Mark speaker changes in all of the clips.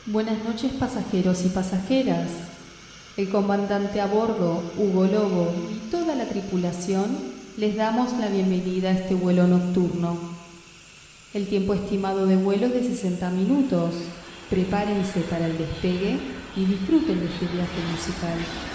Speaker 1: Buenas noches, pasajeros y pasajeras. El comandante a bordo, Hugo Lobo, y toda la tripulación les damos la bienvenida a este vuelo nocturno. El tiempo estimado de vuelo es de 60 minutos. Prepárense para el despegue y disfruten de este viaje musical.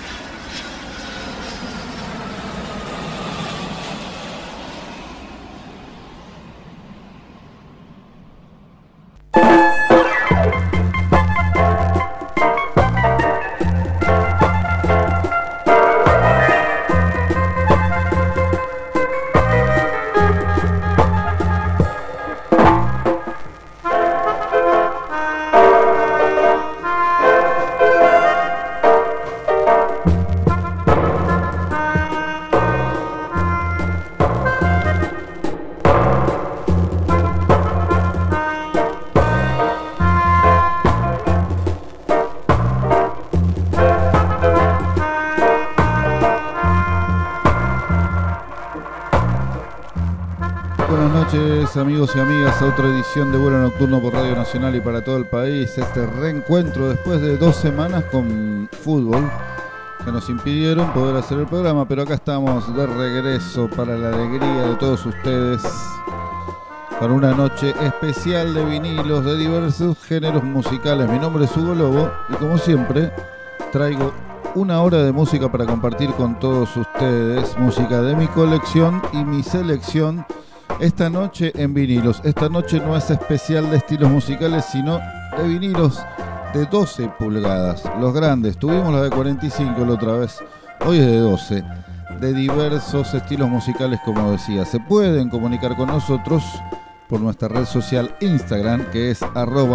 Speaker 2: Amigos y amigas, a otra edición de Vuelo Nocturno por Radio Nacional y para todo el país. Este reencuentro después de 2 semanas con fútbol que nos impidieron poder hacer el programa, pero acá estamos de regreso para la alegría de todos ustedes, para una noche especial de vinilos de diversos géneros musicales. Mi nombre es Hugo Lobo y como siempre traigo una hora de música para compartir con todos ustedes, música de mi colección y mi selección. Esta noche en vinilos. Esta noche no es especial de estilos musicales, sino de vinilos de 12 pulgadas. Los grandes. Tuvimos la de 45 la otra vez. Hoy es de 12. De diversos estilos musicales, como decía. Se pueden comunicar con nosotros por nuestra red social Instagram, que es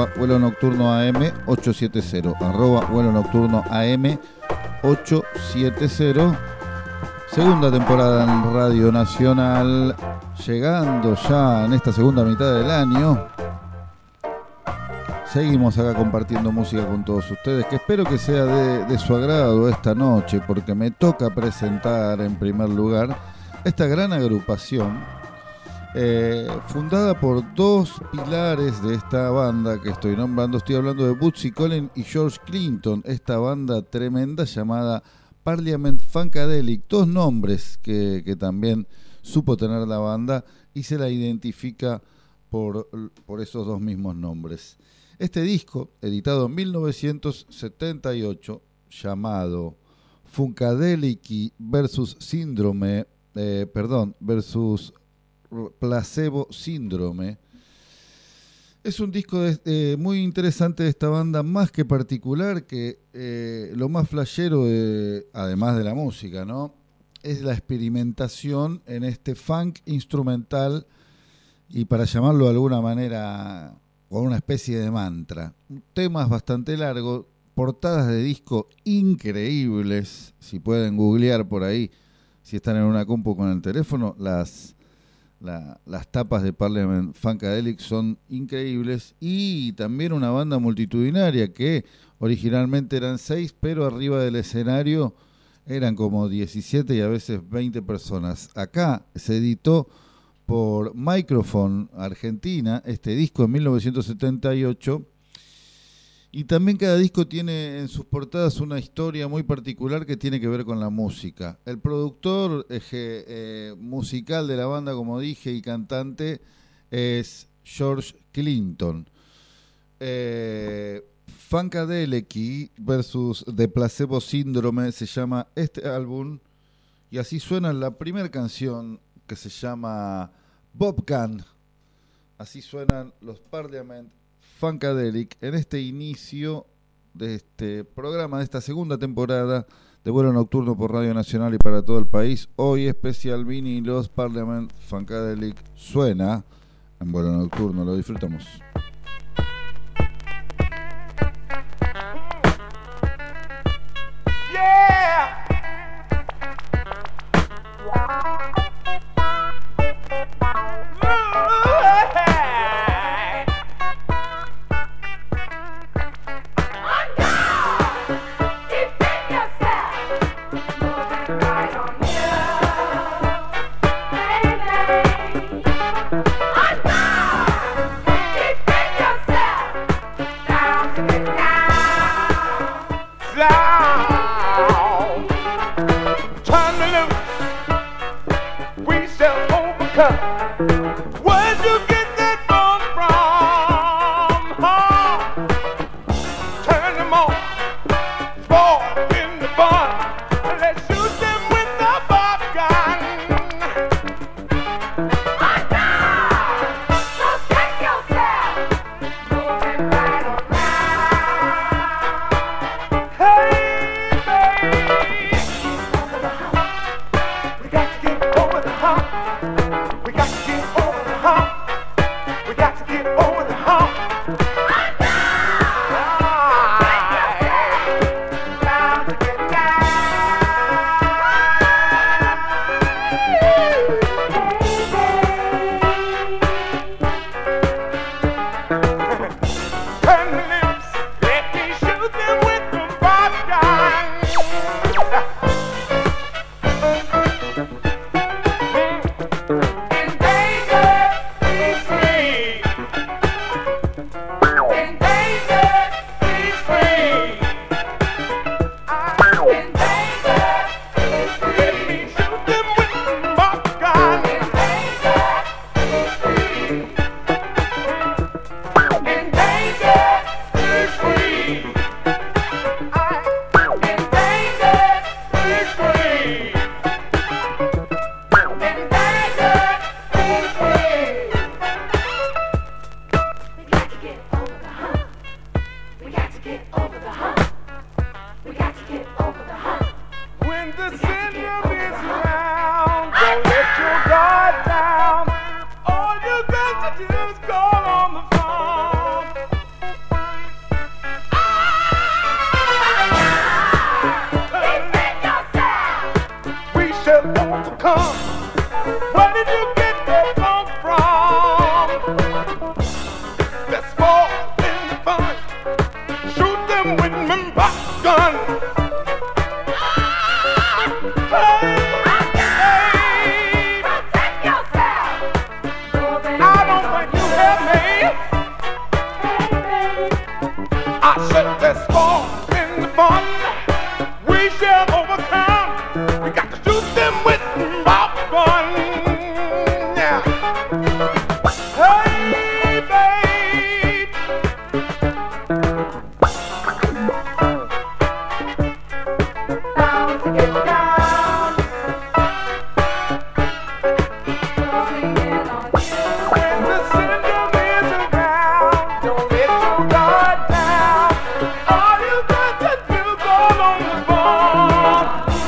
Speaker 2: @vuelonocturnoam870. @vuelonocturnoam870. Segunda temporada en Radio Nacional, llegando ya en esta segunda mitad del año. Seguimos acá compartiendo música con todos ustedes, que espero que sea de su agrado esta noche, porque me toca presentar en primer lugar esta gran agrupación, fundada por 2 pilares de esta banda que estoy nombrando. Estoy hablando de Bootsy Collins y George Clinton, esta banda tremenda llamada Parliament Funkadelic, 2 nombres que también supo tener la banda y se la identifica por esos 2 mismos nombres. Este disco, editado en 1978, llamado Funkadelic versus versus Placebo Síndrome, es un disco muy interesante de esta banda, más que particular, que lo más flashero, además de la música, ¿no?, es la experimentación en este funk instrumental y, para llamarlo de alguna manera, con una especie de mantra. Temas bastante largos, portadas de disco increíbles. Si pueden googlear por ahí, si están en una compu con el teléfono, las tapas de Parliament Funkadelic son increíbles. Y también una banda multitudinaria que originalmente eran 6, pero arriba del escenario eran como 17 y a veces 20 personas. Acá se editó por Microphone Argentina este disco en 1978. Y también cada disco tiene en sus portadas una historia muy particular que tiene que ver con la música. El productor musical de la banda, como dije, y cantante es George Clinton. Funkadelic versus The Placebo Síndrome se llama este álbum, y así suena la primera canción, que se llama Bob Gun. Así suenan los Parliament Funkadelic en este inicio de este programa, de esta segunda temporada de Vuelo Nocturno por Radio Nacional y para todo el país. Hoy especial vinilos. Parliament Funkadelic suena en Vuelo Nocturno. Lo disfrutamos.
Speaker 3: I'm When the syndrome is around, don't let your guard down. All you got to do is call on the phone. We shall overcome. Where did you get that funk from? Let's fall in the fun. Shoot them with my gun. Let's fall in the fun. We shall overcome. We got to shoot them with popcorn. Yeah. Hey, babe. Down to get down. When the syndrome is around, don't let your guard down. All you got to do is call on the phone.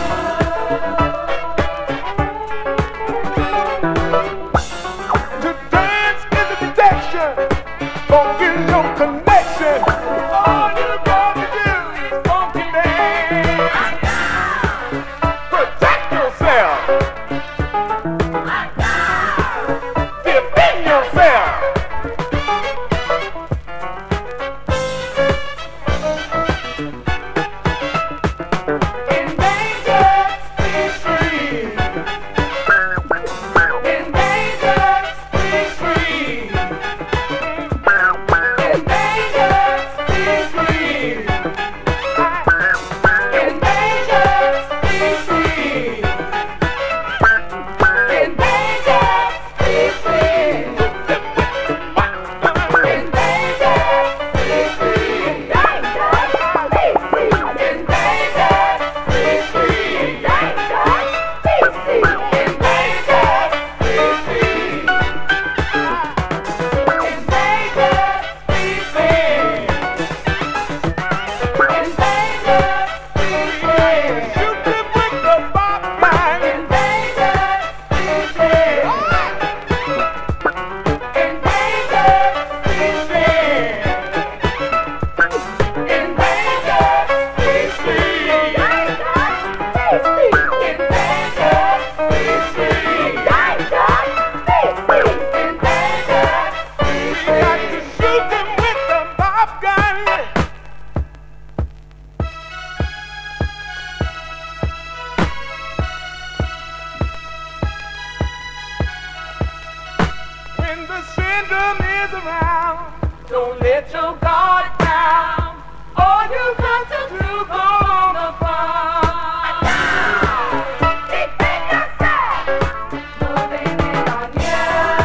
Speaker 3: To dance is a protection. Focus your connection. All you got to do is funky dance. Protect yourself. Defend yourself. When the syndrome is around, don't let your guard down. All you got to do is call on the phone. Defend yourself. Moving in on you.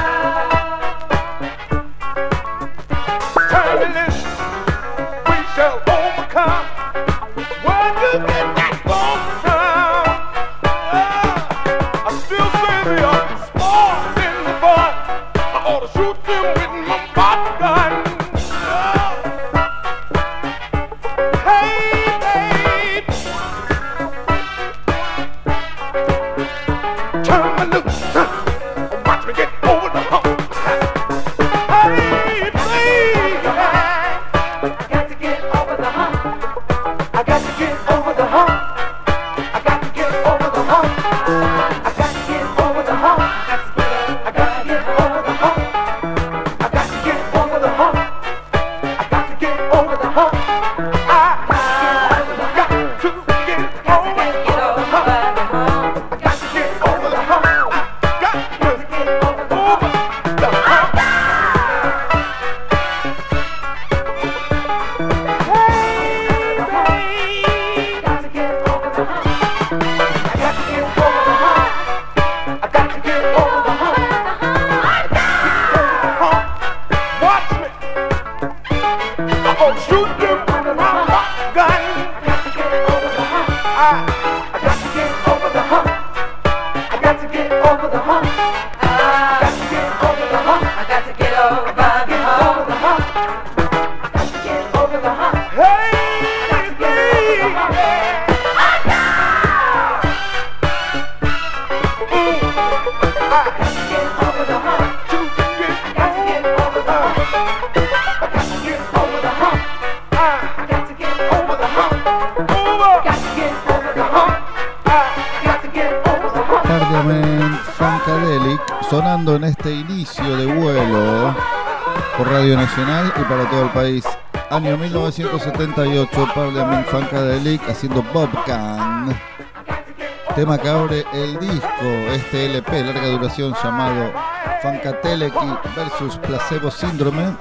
Speaker 3: Turbulence, we shall overcome. Where you get that phone from? I still say they are small in the butt. I ought to shoot them with my popgun. Hey, babe. Turn me loose. Watch me get over the hump. Hey, babe. I got to get over the hump.
Speaker 2: inicio de vuelo por Radio Nacional y para todo el país. Año 1978, Parliament Funkadelic haciendo Bob Can. Tema que abre el disco, este LP, larga duración, llamado Funkadelic versus Placebo Syndrome.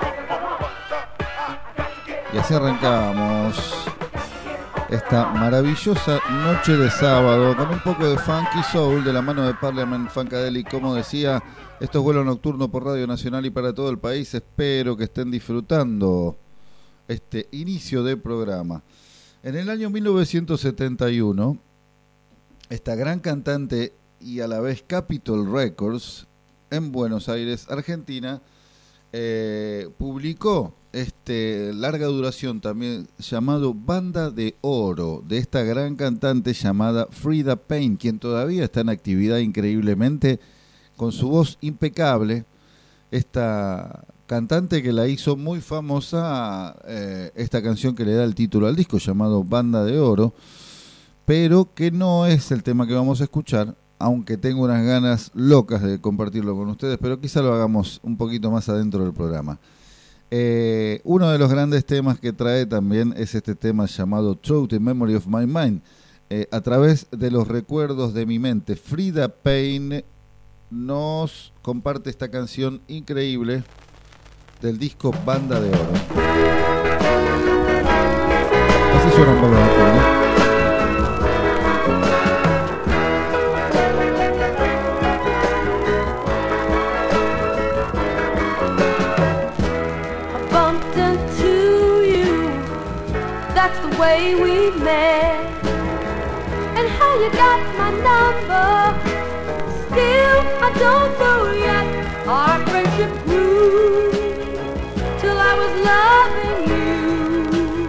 Speaker 2: Y así arrancamos esta maravillosa noche de sábado con un poco de funky soul de la mano de Parliament Funkadelic. Como decía, esto es Vuelo Nocturno por Radio Nacional y para todo el país. Espero que estén disfrutando este inicio de programa. En el año 1971, esta gran cantante y a la vez Capitol Records en Buenos Aires, Argentina, publicó larga duración también llamado Banda de Oro, de esta gran cantante llamada Frida Payne, quien todavía está en actividad increíblemente con su voz impecable. Esta cantante que la hizo muy famosa, esta canción que le da el título al disco llamado Banda de Oro, pero que no es el tema que vamos a escuchar, aunque tengo unas ganas locas de compartirlo con ustedes, pero quizá lo hagamos un poquito más adentro del programa. Uno de los grandes temas que trae también es este tema llamado Through the Memory of My Mind, a través de los recuerdos de mi mente. Frida Payne nos comparte esta canción increíble del disco Banda de Oro. Así suena un poco, ¿no?
Speaker 4: Way we met and how you got my number. Still, I don't know yet. Our friendship grew till I was loving you,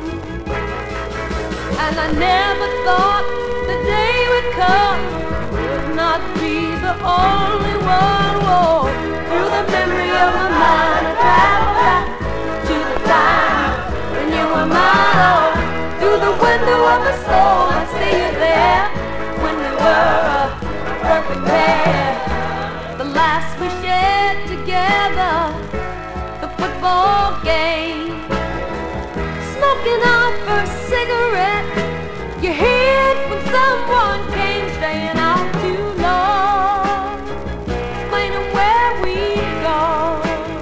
Speaker 4: and I never thought the day would come would not be the only one. Whoa, through the memory of my mind, I travel back to the time when you were mine. Through the window of my soul, I see you there when we were a perfect pair. The last we shared together, the football game, smoking our first cigarette. You hid when someone came, staying out too long, explaining where we'd gone.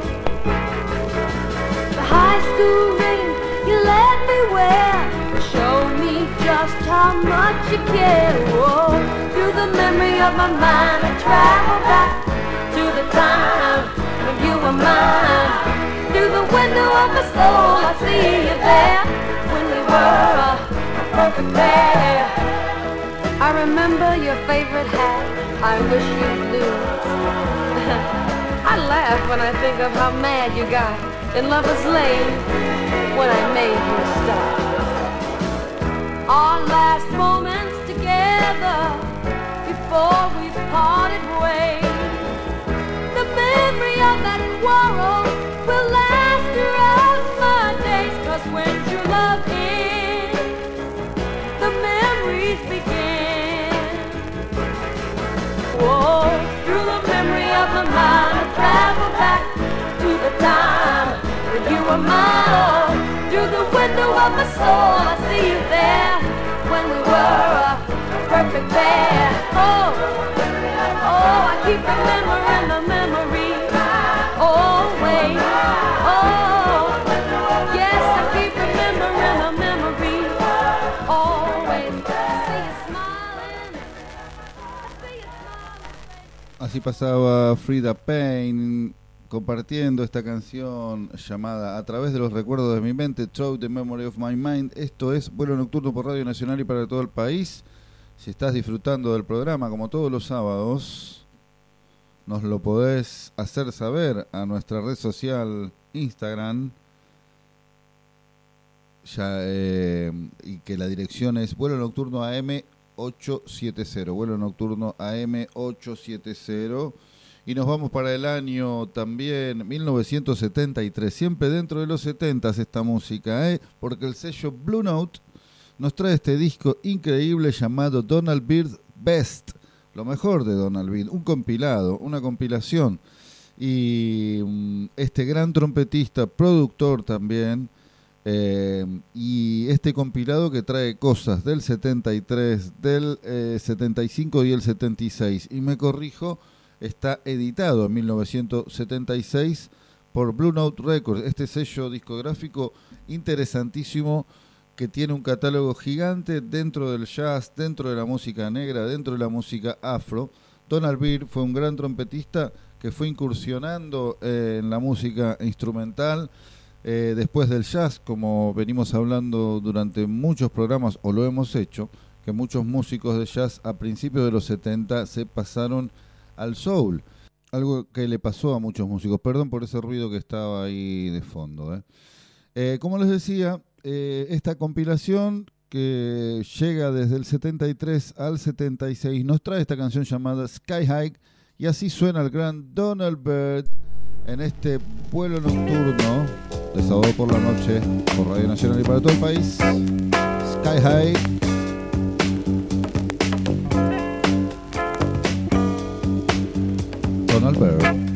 Speaker 4: The high school ring you let me wear, show me just how much you care. Whoa, through the memory of my mind, I travel back to the time when you were mine. Through the window of my soul, I see you there when we were a perfect pair. I remember your favorite hat, I wish you'd lose. I laugh when I think of how mad you got in Lover's Lane when I made you stop. Our last moments together before we parted ways, the memory of that quarrel will last throughout my days. 'Cause when true love ends, the memories begin. Whoa, through the memory of my mind, I travel back to the time when you were mine. Through the window of my soul, I see you there when we were a perfect pair. Oh, oh, I keep remembering the memories always. Oh, yes, I keep remembering the memories always. I see you smiling, I see you smiling.
Speaker 2: Así pasaba Frida Payne compartiendo esta canción llamada A través de los recuerdos de mi mente, Through the Memory of My Mind. Esto es Vuelo Nocturno por Radio Nacional y para todo el país. Si estás disfrutando del programa, como todos los sábados, nos lo podés hacer saber a nuestra red social Instagram, y que la dirección es Vuelo Nocturno AM870, Vuelo Nocturno AM870. Y nos vamos para el año también 1973, siempre dentro de los 70s esta música, porque el sello Blue Note nos trae este disco increíble llamado Donald Byrd Best, lo mejor de Donald Byrd, un compilado, una compilación y este gran trompetista, productor también, y este compilado que trae cosas del 73, del 75 y el 76, y me corrijo, está editado en 1976 por Blue Note Records, este sello discográfico interesantísimo que tiene un catálogo gigante dentro del jazz, dentro de la música negra, dentro de la música afro. Donald Byrd fue un gran trompetista que fue incursionando en la música instrumental después del jazz, como venimos hablando durante muchos programas, o lo hemos hecho, que muchos músicos de jazz a principios de los 70 se pasaron al soul, algo que le pasó a muchos músicos. Perdón por ese ruido que estaba ahí de fondo. Como les decía, esta compilación que llega desde el 73 al 76 nos trae esta canción llamada Sky High, y así suena el gran Donald Byrd en este vuelo nocturno de sábado por la noche por Radio Nacional y para todo el país. Sky High. Donald Byrd.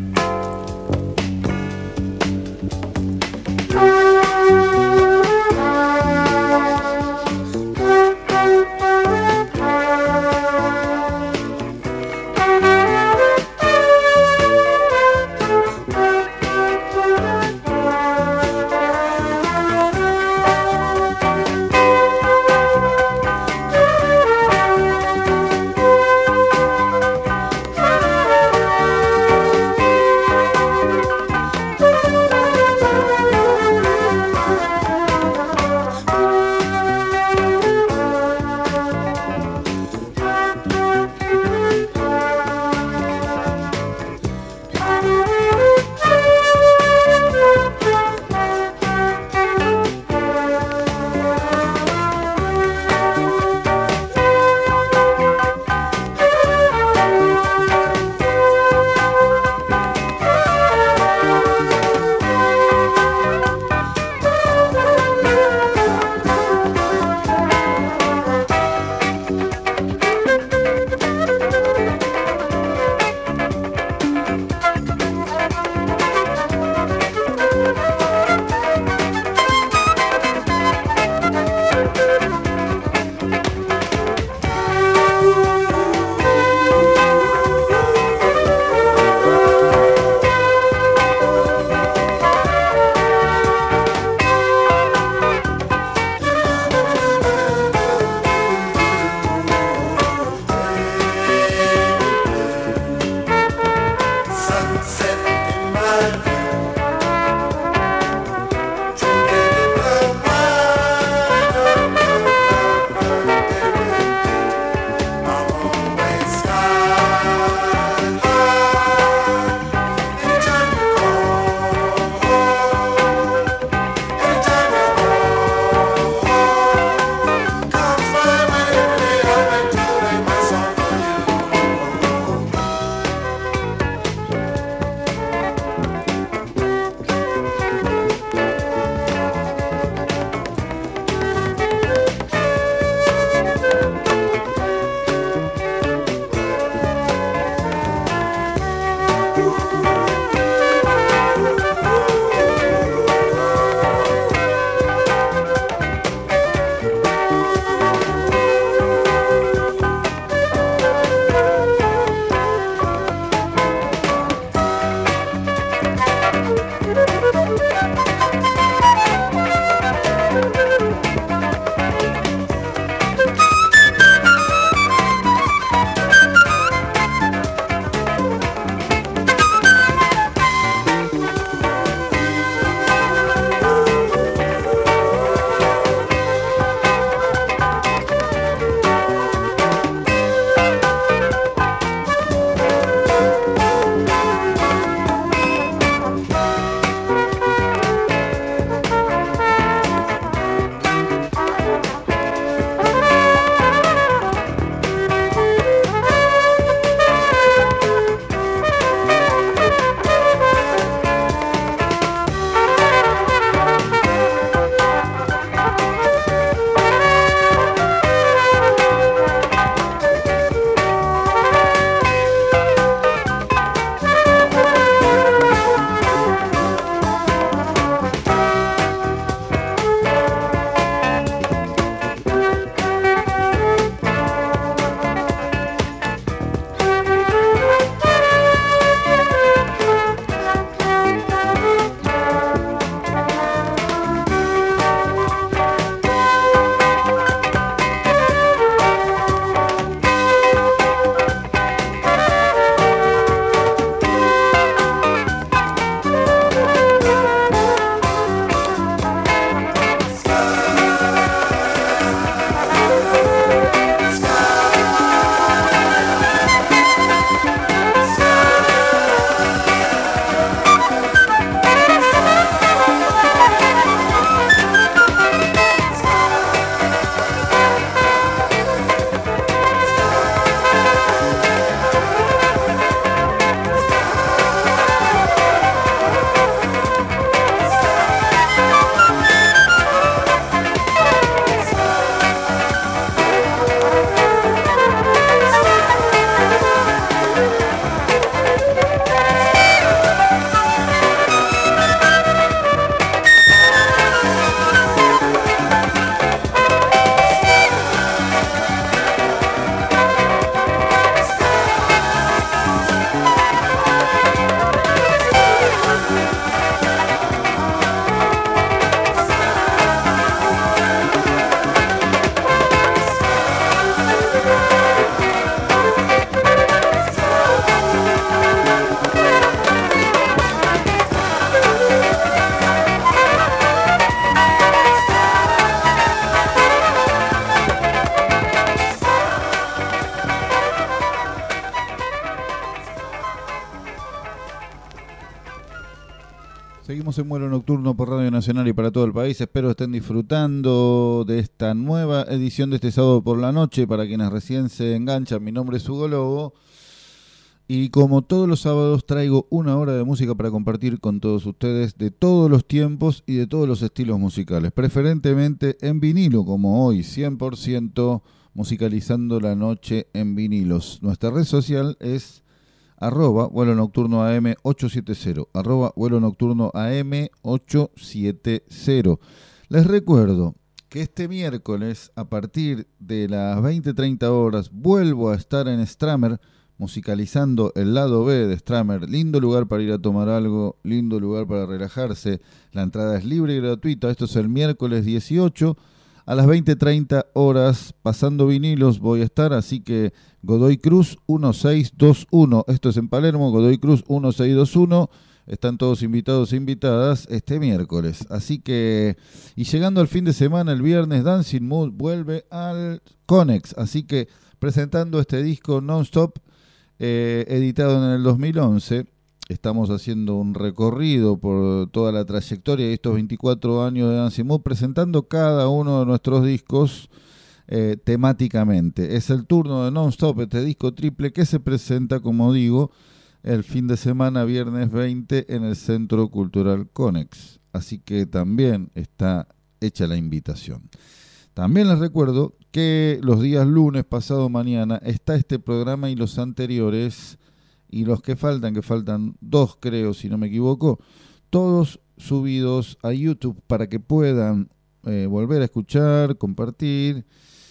Speaker 2: Estamos en vuelo nocturno por Radio Nacional y para todo el país. Espero estén disfrutando de esta nueva edición de este sábado por la noche. Para quienes recién se enganchan, mi nombre es Hugo Lobo. Y como todos los sábados traigo una hora de música para compartir con todos ustedes de todos los tiempos y de todos los estilos musicales. Preferentemente en vinilo, como hoy, 100% musicalizando la noche en vinilos. Nuestra red social es @vuelo nocturno AM 870, @vuelo nocturno AM 870. Les recuerdo que este miércoles a partir de las 20:30 horas vuelvo a estar en Stramer musicalizando el lado B de Stramer. Lindo lugar para ir a tomar algo, lindo lugar para relajarse. La entrada es libre y gratuita. Esto es el miércoles 18 a las 20:30 horas, pasando vinilos voy a estar, así que Godoy Cruz 1621, esto es en Palermo, Godoy Cruz 1621, están todos invitados e invitadas este miércoles. Así que, y llegando al fin de semana, el viernes, Dancing Mood vuelve al Conex, así que presentando este disco Non-Stop, editado en el 2011, estamos haciendo un recorrido por toda la trayectoria de estos 24 años de Dancing Mood, presentando cada uno de nuestros discos temáticamente. Es el turno de Non-Stop, este disco triple que se presenta, como digo, el fin de semana, viernes 20, en el Centro Cultural Conex. Así que también está hecha la invitación. También les recuerdo que los días lunes, pasado mañana, está este programa y los anteriores, y los que faltan 2 creo, si no me equivoco, todos subidos a YouTube para que puedan volver a escuchar, compartir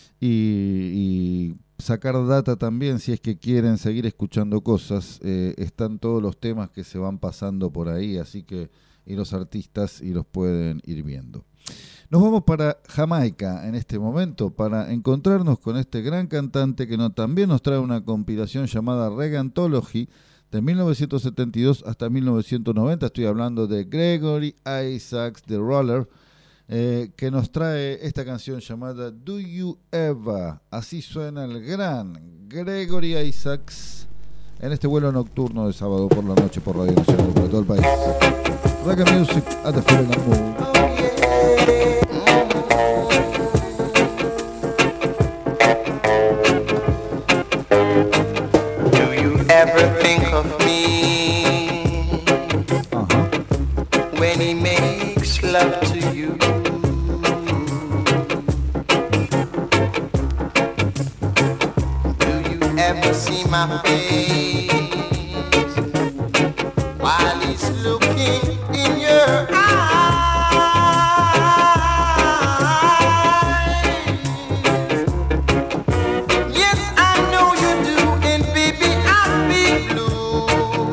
Speaker 2: y sacar data también si es que quieren seguir escuchando cosas. Están todos los temas que se van pasando por ahí, así que y los artistas y los pueden ir viendo. Nos vamos para Jamaica en este momento para encontrarnos con este gran cantante que también nos trae una compilación llamada Reggae Anthology de 1972 hasta 1990. Estoy hablando de Gregory Isaacs, The Roller, que nos trae esta canción llamada Do You Ever. Así suena el gran Gregory Isaacs en este vuelo nocturno de sábado por la noche por Radio Nacional para todo el país. Reggae music at the feeling of mood.
Speaker 5: Ever think of me when he makes love to you? Do you ever see my face while he's looking in your eyes? Yes, I know you do, and baby, I'll be blue.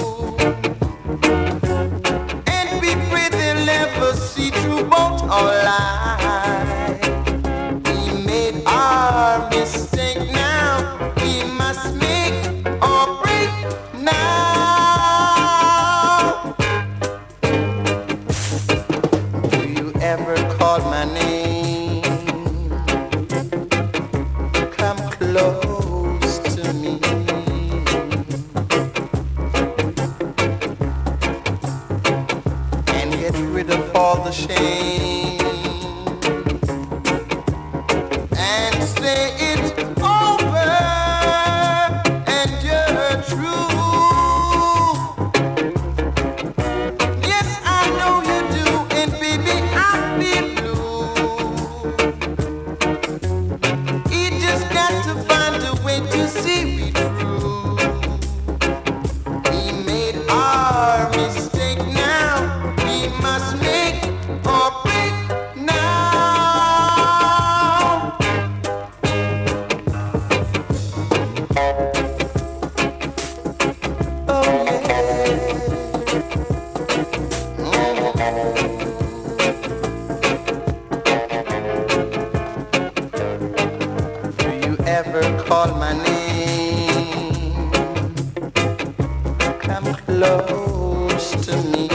Speaker 5: And we pray they'll never see through both our lives. We made our mistake now. We must make or break now. Do you ever call my name? Come close to me. And get rid of all the shame. And say it's over and you're true. Yes, I know you do, and baby, I feel blue. You just got to find a way to see me through. We made our mistake now. We must make or break now. Oh yeah. Do you ever call my name? Come close to me.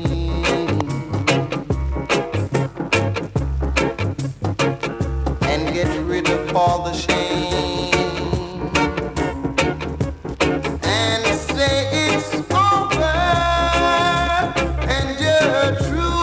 Speaker 5: And get rid of all the shame. And say it's over and you're true.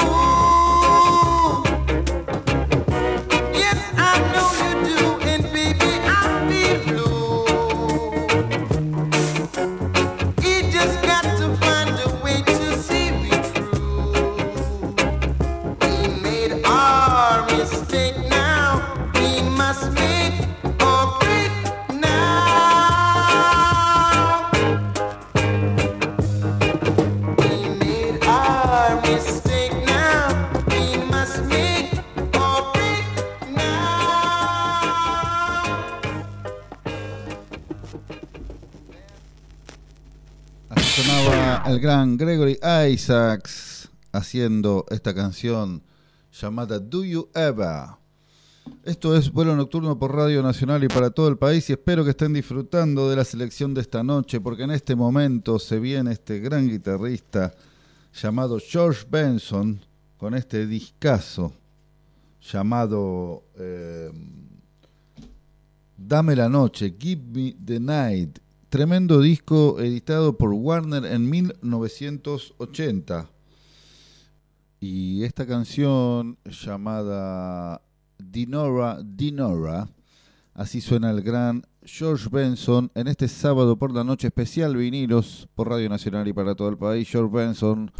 Speaker 5: mistake now. We must make or break now. We made our mistake now. We must make or break now.
Speaker 2: Así sonaba el gran Gregory Isaacs haciendo esta canción llamada Do You Ever. Esto es Vuelo Nocturno por Radio Nacional y para todo el país, y espero que estén disfrutando de la selección de esta noche, porque en este momento se viene este gran guitarrista llamado George Benson con este discazo llamado Dame la Noche, Give Me the Night. Tremendo disco editado por Warner en 1980. Y esta canción llamada Dinora, así suena el gran George Benson en este sábado por la noche especial vinilos por Radio Nacional y para todo el país. George Benson.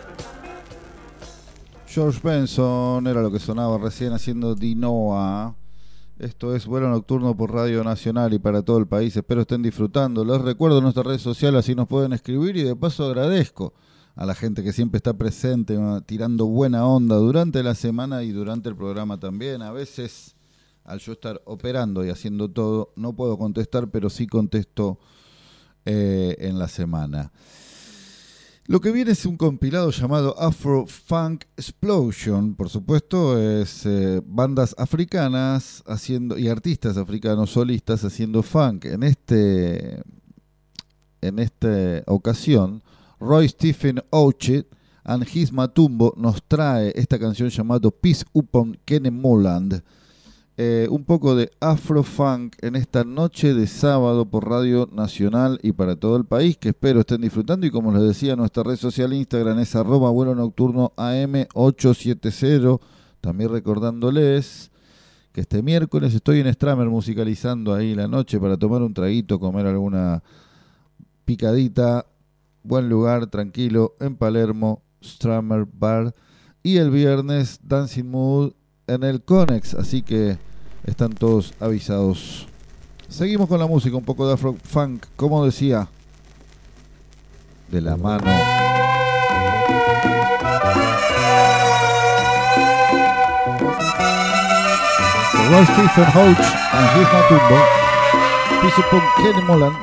Speaker 2: George Benson era lo que sonaba recién haciendo Dinoa. Esto es Vuelo Nocturno por Radio Nacional y para todo el país. Espero estén disfrutando. Les recuerdo nuestras redes sociales, así nos pueden escribir. Y de paso agradezco a la gente que siempre está presente, tirando buena onda durante la semana y durante el programa también. A veces, al yo estar operando y haciendo todo, no puedo contestar, pero sí contesto en la semana. Lo que viene es un compilado llamado Afro Funk Explosion, por supuesto, es bandas africanas haciendo y artistas africanos solistas haciendo funk. En esta ocasión, Roy Stephen Oche and His Matumbo nos trae esta canción llamada Peace Upon Kennemoland. Un poco de Afrofunk en esta noche de sábado por Radio Nacional y para todo el país, que espero estén disfrutando. Y como les decía, nuestra red social Instagram es @vuelo nocturno AM870. También recordándoles que este miércoles estoy en Stramer musicalizando ahí la noche para tomar un traguito, comer alguna picadita. Buen lugar, tranquilo, en Palermo, Stramer Bar. Y el viernes Dancing Mood en el Conex, así que están todos avisados. Seguimos con la música, un poco de Afro Funk, como decía, de la mano de Roy Stephen Hodge and His Matumbo, Peace Upon Kennemoland.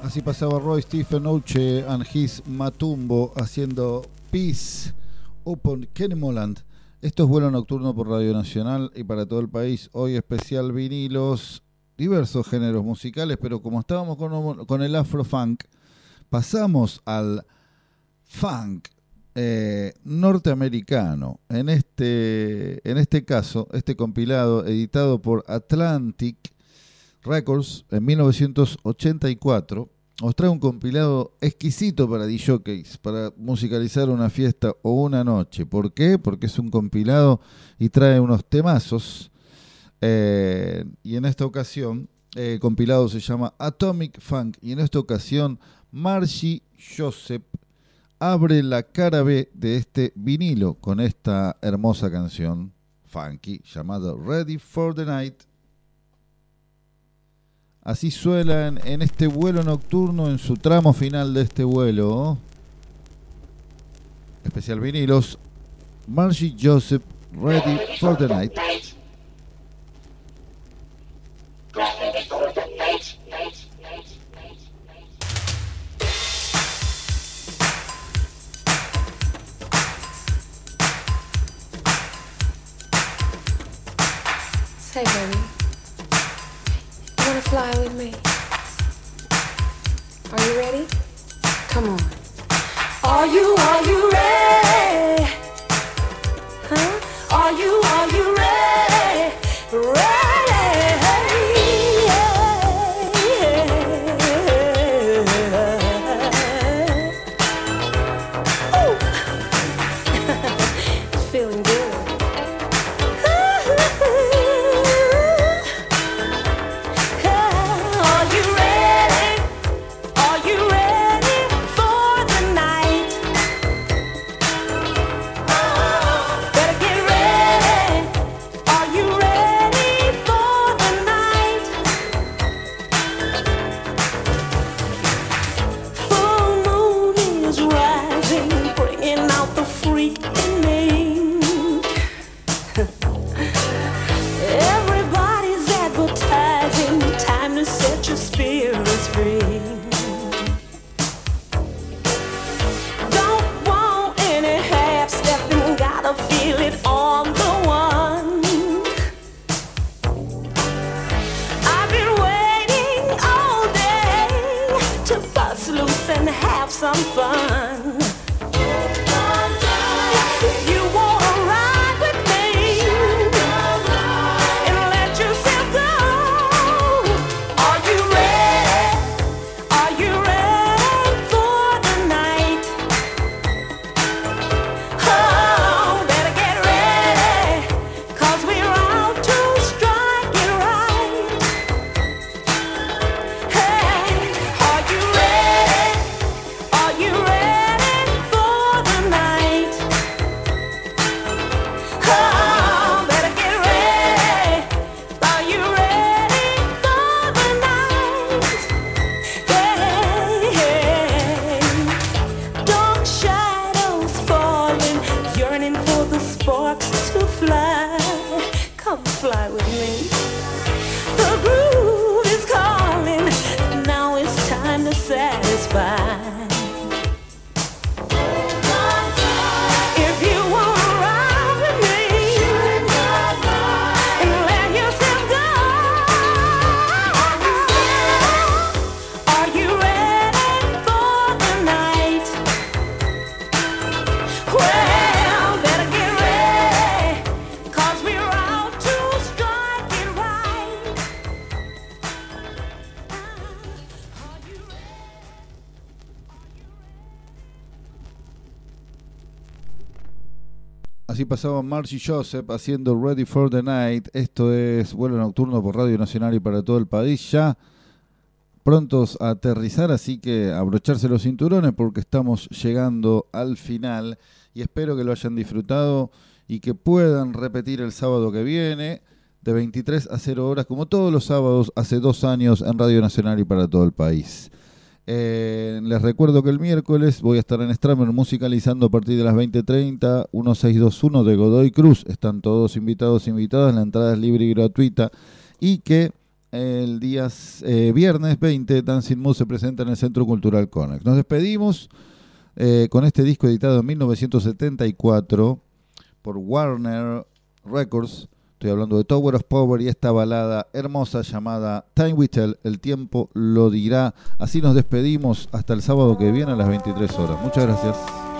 Speaker 2: Así pasaba Roy Stephen Oche and his Matumbo haciendo Peace Upon Kennemoland. Esto es Vuelo Nocturno por Radio Nacional y para todo el país. Hoy especial vinilos, diversos géneros musicales, pero como estábamos con el Afro-Funk, pasamos al funk norteamericano. En este caso, este compilado editado por Atlantic Records en 1984 os trae un compilado exquisito para DJs, para musicalizar una fiesta o una noche. ¿Por qué? Porque es un compilado y trae unos temazos. Y en esta ocasión, el compilado se llama Atomic Funk. Y en esta ocasión, Margie Joseph abre la cara B de este vinilo con esta hermosa canción funky llamada Ready for the Night. Así suenan en este vuelo nocturno, en su tramo final de este vuelo. Especial vinilos, Margie Joseph, Ready for the Night.
Speaker 6: Say, baby, you wanna fly with me? Are you ready? Come on. Are you ready? Huh? Are you ready? Ooh. It's feeling good.
Speaker 2: Así pasaba Margie Joseph haciendo Ready for the Night. Esto es Vuelo Nocturno por Radio Nacional y para todo el país. Ya prontos a aterrizar, así que abrocharse los cinturones porque estamos llegando al final. Y espero que lo hayan disfrutado y que puedan repetir el sábado que viene de 23 a 0 horas, como todos los sábados hace 2 años en Radio Nacional y para todo el país. Les recuerdo que el miércoles voy a estar en Stramer musicalizando a partir de las 20:30 1621 de Godoy Cruz. Están todos invitados e invitadas, la entrada es libre y gratuita. Y que el día viernes 20, Dancing Mood se presenta en el Centro Cultural Conex. Nos despedimos con este disco editado en 1974 por Warner Records. Estoy hablando de Tower of Power y esta balada hermosa llamada Time Will Tell, el tiempo lo dirá. Así nos despedimos hasta el sábado que viene a las 23 horas. Muchas gracias.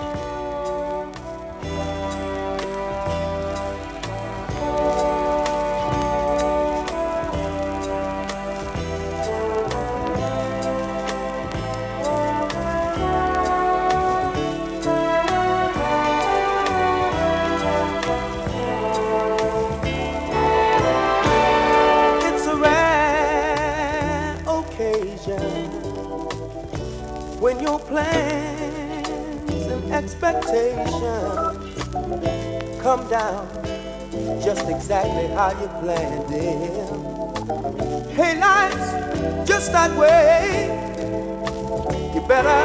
Speaker 5: When your plans and expectations come down just exactly how you planned it. Hey, life's just that way. You better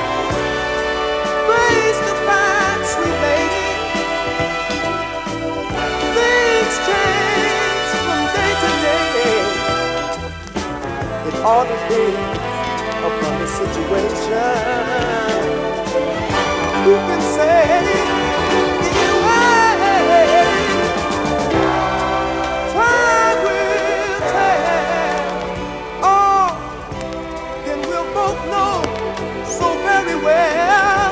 Speaker 5: raise the fine, sweet lady. Things change from day to day. It all depends upon the situation. Who can say either way? Time will tell. Oh, then we'll both know so very well.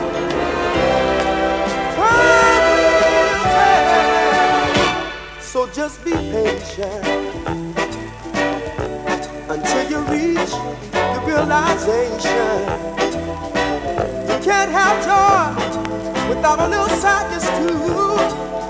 Speaker 5: Time will tell. So just be patient until you reach the realization. You can't have joy without a little sadness too.